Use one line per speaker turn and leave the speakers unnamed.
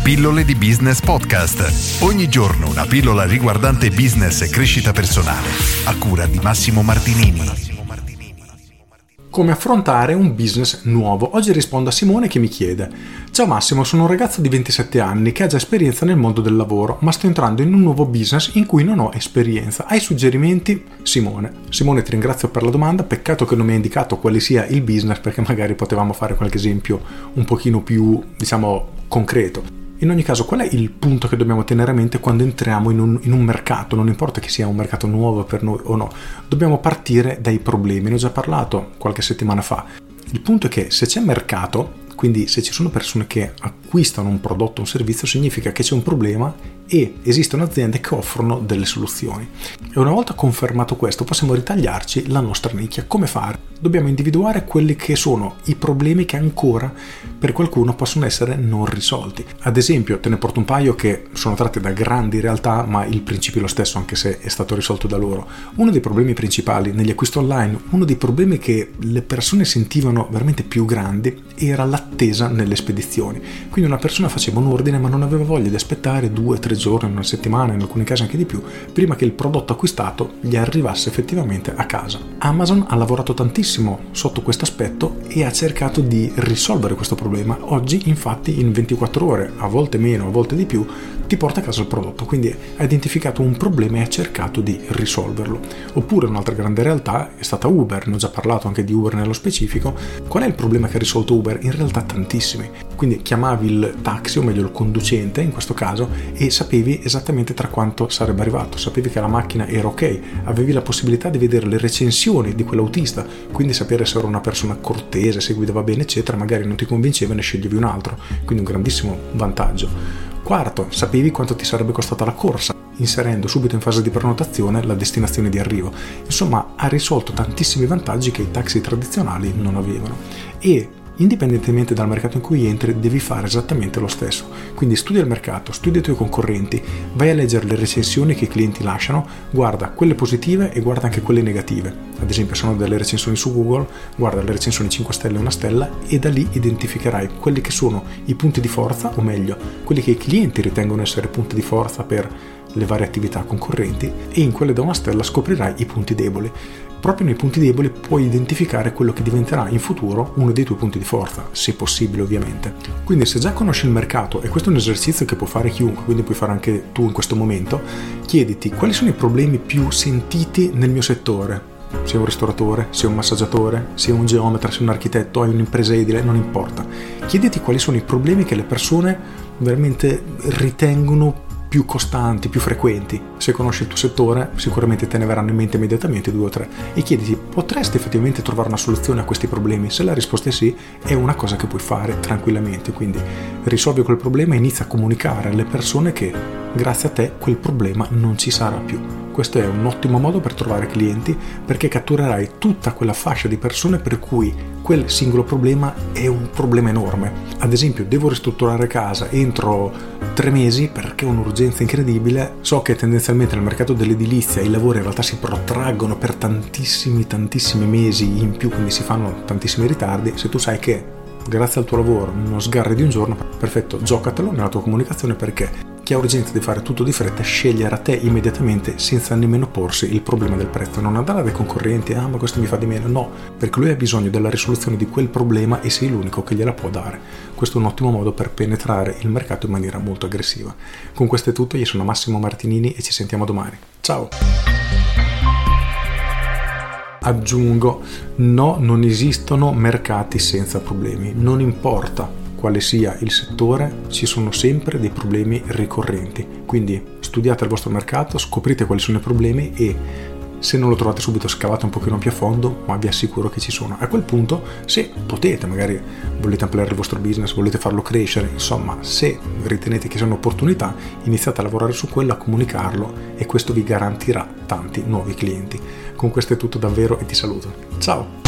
Pillole di Business Podcast. Ogni giorno una pillola riguardante business e crescita personale. A cura di Massimo Martinini.
Come affrontare un business nuovo? Oggi rispondo a Simone che mi chiede: ciao Massimo, sono un ragazzo di 27 anni che ha già esperienza nel mondo del lavoro, ma sto entrando in un nuovo business in cui non ho esperienza. Hai suggerimenti? Simone, ti ringrazio per la domanda, peccato che non mi hai indicato quale sia il business, perché magari potevamo fare qualche esempio un pochino più, concreto. In ogni caso, qual è il punto che dobbiamo tenere a mente quando entriamo in un mercato? Non importa che sia un mercato nuovo per noi o no, dobbiamo partire dai problemi. Ne ho già parlato qualche settimana fa. Il punto è che se c'è mercato, quindi se ci sono persone che acquistano un prodotto o un servizio, significa che c'è un problema e esistono aziende che offrono delle soluzioni. E una volta confermato questo, possiamo ritagliarci la nostra nicchia. Come fare? Dobbiamo individuare quelli che sono i problemi che ancora per qualcuno possono essere non risolti. Ad esempio, te ne porto un paio che sono tratti da grandi realtà, ma il principio è lo stesso, anche se è stato risolto da loro. Uno dei problemi principali negli acquisti online, uno dei problemi che le persone sentivano veramente più grandi, era l'attesa nelle spedizioni. Quindi una persona faceva un ordine ma non aveva voglia di aspettare 2-3 giorni, una settimana, in alcuni casi anche di più, prima che il prodotto acquistato gli arrivasse effettivamente a casa. Amazon ha lavorato tantissimo sotto questo aspetto e ha cercato di risolvere questo problema. Oggi infatti in 24 ore, a volte meno, a volte di più, ti porta a casa il prodotto, quindi ha identificato un problema e ha cercato di risolverlo. Oppure un'altra grande realtà è stata Uber, ne ho già parlato anche di Uber nello specifico. Qual è il problema che ha risolto Uber? In realtà tantissimi. Quindi chiamavi il taxi, o meglio il conducente in questo caso, e sapevi esattamente tra quanto sarebbe arrivato, sapevi che la macchina era ok, avevi la possibilità di vedere le recensioni di quell'autista, quindi sapere se era una persona cortese, se guidava bene eccetera, magari non ti convinceva e ne sceglievi un altro, quindi un grandissimo vantaggio. Quarto, sapevi quanto ti sarebbe costata la corsa, inserendo subito in fase di prenotazione la destinazione di arrivo. Insomma, ha risolto tantissimi vantaggi che i taxi tradizionali non avevano. E indipendentemente dal mercato in cui entri, devi fare esattamente lo stesso. Quindi studia il mercato, studia i tuoi concorrenti, vai a leggere le recensioni che i clienti lasciano, guarda quelle positive e guarda anche quelle negative. Ad esempio, se sono delle recensioni su Google, guarda le recensioni 5 stelle e 1 stella e da lì identificherai quelli che sono i punti di forza, o meglio, quelli che i clienti ritengono essere punti di forza per le varie attività concorrenti, e in quelle da 1 stella scoprirai i punti deboli. Proprio nei punti deboli puoi identificare quello che diventerà in futuro uno dei tuoi punti di forza, se possibile ovviamente. Quindi se già conosci il mercato, e questo è un esercizio che può fare chiunque, quindi puoi fare anche tu in questo momento, chiediti quali sono i problemi più sentiti nel mio settore. Sei un ristoratore, sei un massaggiatore, sei un geometra, sei un architetto, hai un'impresa edile, non importa. Chiediti quali sono i problemi che le persone veramente ritengono più costanti, più frequenti. Se conosci il tuo settore, sicuramente te ne verranno in mente immediatamente 2 o 3 e chiediti: potresti effettivamente trovare una soluzione a questi problemi? Se la risposta è sì, è una cosa che puoi fare tranquillamente. Quindi risolvi quel problema e inizia a comunicare alle persone che grazie a te quel problema non ci sarà più. Questo è un ottimo modo per trovare clienti, perché catturerai tutta quella fascia di persone per cui quel singolo problema è un problema enorme. Ad esempio, devo ristrutturare casa entro 3 mesi perché ho un'urgenza incredibile. So che tendenzialmente nel mercato dell'edilizia i lavori in realtà si protraggono per tantissimi mesi in più, quindi si fanno tantissimi ritardi. Se tu sai che grazie al tuo lavoro non sgarri di un giorno, perfetto, giocatelo nella tua comunicazione, perché chi ha urgenza di fare tutto di fretta sceglierà te immediatamente senza nemmeno porsi il problema del prezzo. Non andare dai concorrenti: ma questo mi fa di meno. No, perché lui ha bisogno della risoluzione di quel problema e sei l'unico che gliela può dare. Questo è un ottimo modo per penetrare il mercato in maniera molto aggressiva. Con questo è tutto, io sono Massimo Martinini e ci sentiamo domani. Ciao! Aggiungo, no, non esistono mercati senza problemi. Non importa quale sia il settore, ci sono sempre dei problemi ricorrenti. Quindi studiate il vostro mercato, scoprite quali sono i problemi e se non lo trovate subito scavate un pochino più a fondo, ma vi assicuro che ci sono. A quel punto, se potete, magari volete ampliare il vostro business, volete farlo crescere, insomma, se ritenete che sia un'opportunità, iniziate a lavorare su quello, a comunicarlo e questo vi garantirà tanti nuovi clienti. Con questo è tutto davvero e ti saluto. Ciao!